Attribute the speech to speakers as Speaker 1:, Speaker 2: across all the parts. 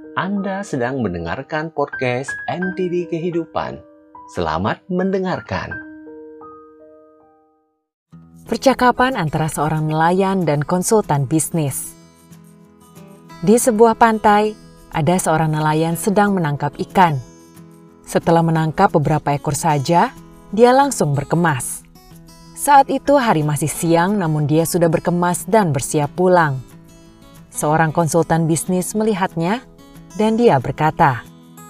Speaker 1: Anda sedang mendengarkan podcast MTD Kehidupan. Selamat mendengarkan.
Speaker 2: Percakapan antara seorang nelayan dan konsultan bisnis. Di sebuah pantai, ada seorang nelayan sedang menangkap ikan. Setelah menangkap beberapa ekor saja, dia langsung berkemas. Saat itu hari masih siang, namun dia sudah berkemas dan bersiap pulang. Seorang konsultan bisnis melihatnya dan dia berkata,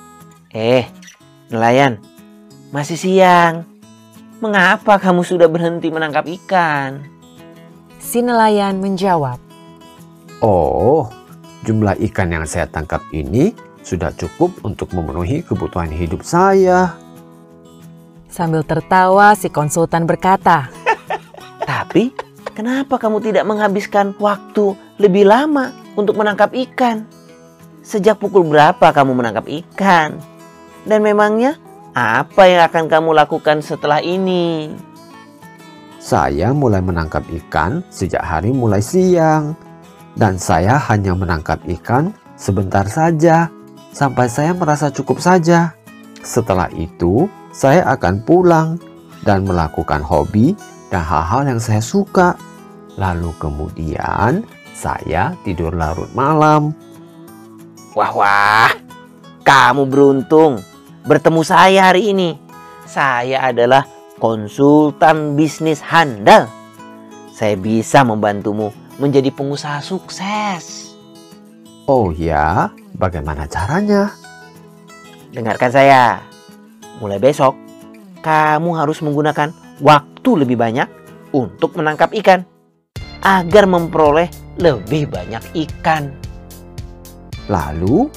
Speaker 3: Nelayan, masih siang. Mengapa kamu sudah berhenti menangkap ikan?
Speaker 2: Si nelayan menjawab,
Speaker 1: Oh, jumlah ikan yang saya tangkap ini sudah cukup untuk memenuhi kebutuhan hidup saya.
Speaker 2: Sambil tertawa, si konsultan berkata,
Speaker 3: Tapi, kenapa kamu tidak menghabiskan waktu lebih lama untuk menangkap ikan? Sejak pukul berapa kamu menangkap ikan? Dan memangnya, apa yang akan kamu lakukan setelah ini?
Speaker 1: Saya mulai menangkap ikan sejak hari mulai siang. Dan saya hanya menangkap ikan sebentar saja, sampai saya merasa cukup saja. Setelah itu, saya akan pulang dan melakukan hobi dan hal-hal yang saya suka. Lalu kemudian, saya tidur larut malam.
Speaker 3: Wah, kamu beruntung bertemu saya hari ini. Saya adalah konsultan bisnis handal. Saya bisa membantumu menjadi pengusaha sukses.
Speaker 1: Oh ya, bagaimana caranya?
Speaker 3: Dengarkan saya. Mulai besok, kamu harus menggunakan waktu lebih banyak untuk menangkap ikan agar memperoleh lebih banyak ikan.
Speaker 1: Lalu,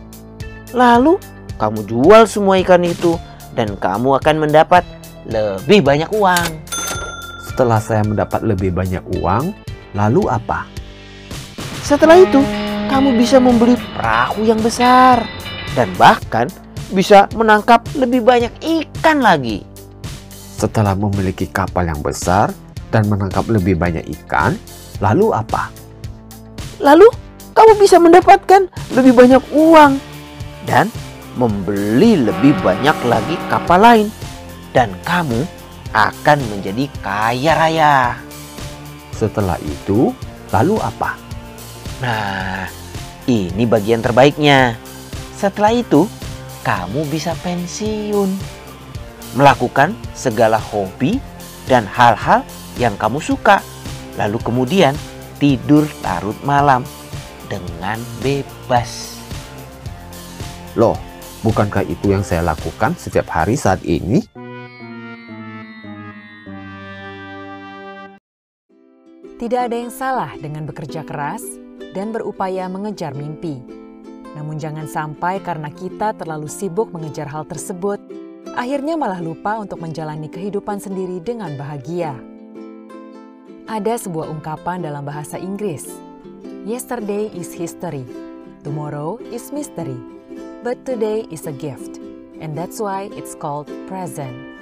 Speaker 3: Kamu jual semua ikan itu dan kamu akan mendapat lebih banyak uang.
Speaker 1: setelah saya mendapat lebih banyak uang, lalu apa?
Speaker 3: Setelah itu, kamu bisa membeli perahu yang besar dan bahkan bisa menangkap lebih banyak ikan lagi.
Speaker 1: Setelah memiliki kapal yang besar dan menangkap lebih banyak ikan, lalu apa?
Speaker 3: Lalu, kamu bisa mendapatkan lebih banyak uang dan membeli lebih banyak lagi kapal lain. Dan kamu akan menjadi kaya raya.
Speaker 1: Setelah itu, lalu apa?
Speaker 3: Nah, ini bagian terbaiknya. Setelah itu, kamu bisa pensiun. Melakukan segala hobi dan hal-hal yang kamu suka. Lalu kemudian tidur larut malam dengan bebas.
Speaker 1: Loh, bukankah itu yang saya lakukan setiap hari saat ini?
Speaker 2: tidak ada yang salah dengan bekerja keras dan berupaya mengejar mimpi. Namun jangan sampai karena kita terlalu sibuk mengejar hal tersebut, akhirnya malah lupa untuk menjalani kehidupan sendiri dengan bahagia. Ada sebuah ungkapan dalam bahasa Inggris, Yesterday is history, tomorrow is mystery, but today is a gift, and that's why it's called present.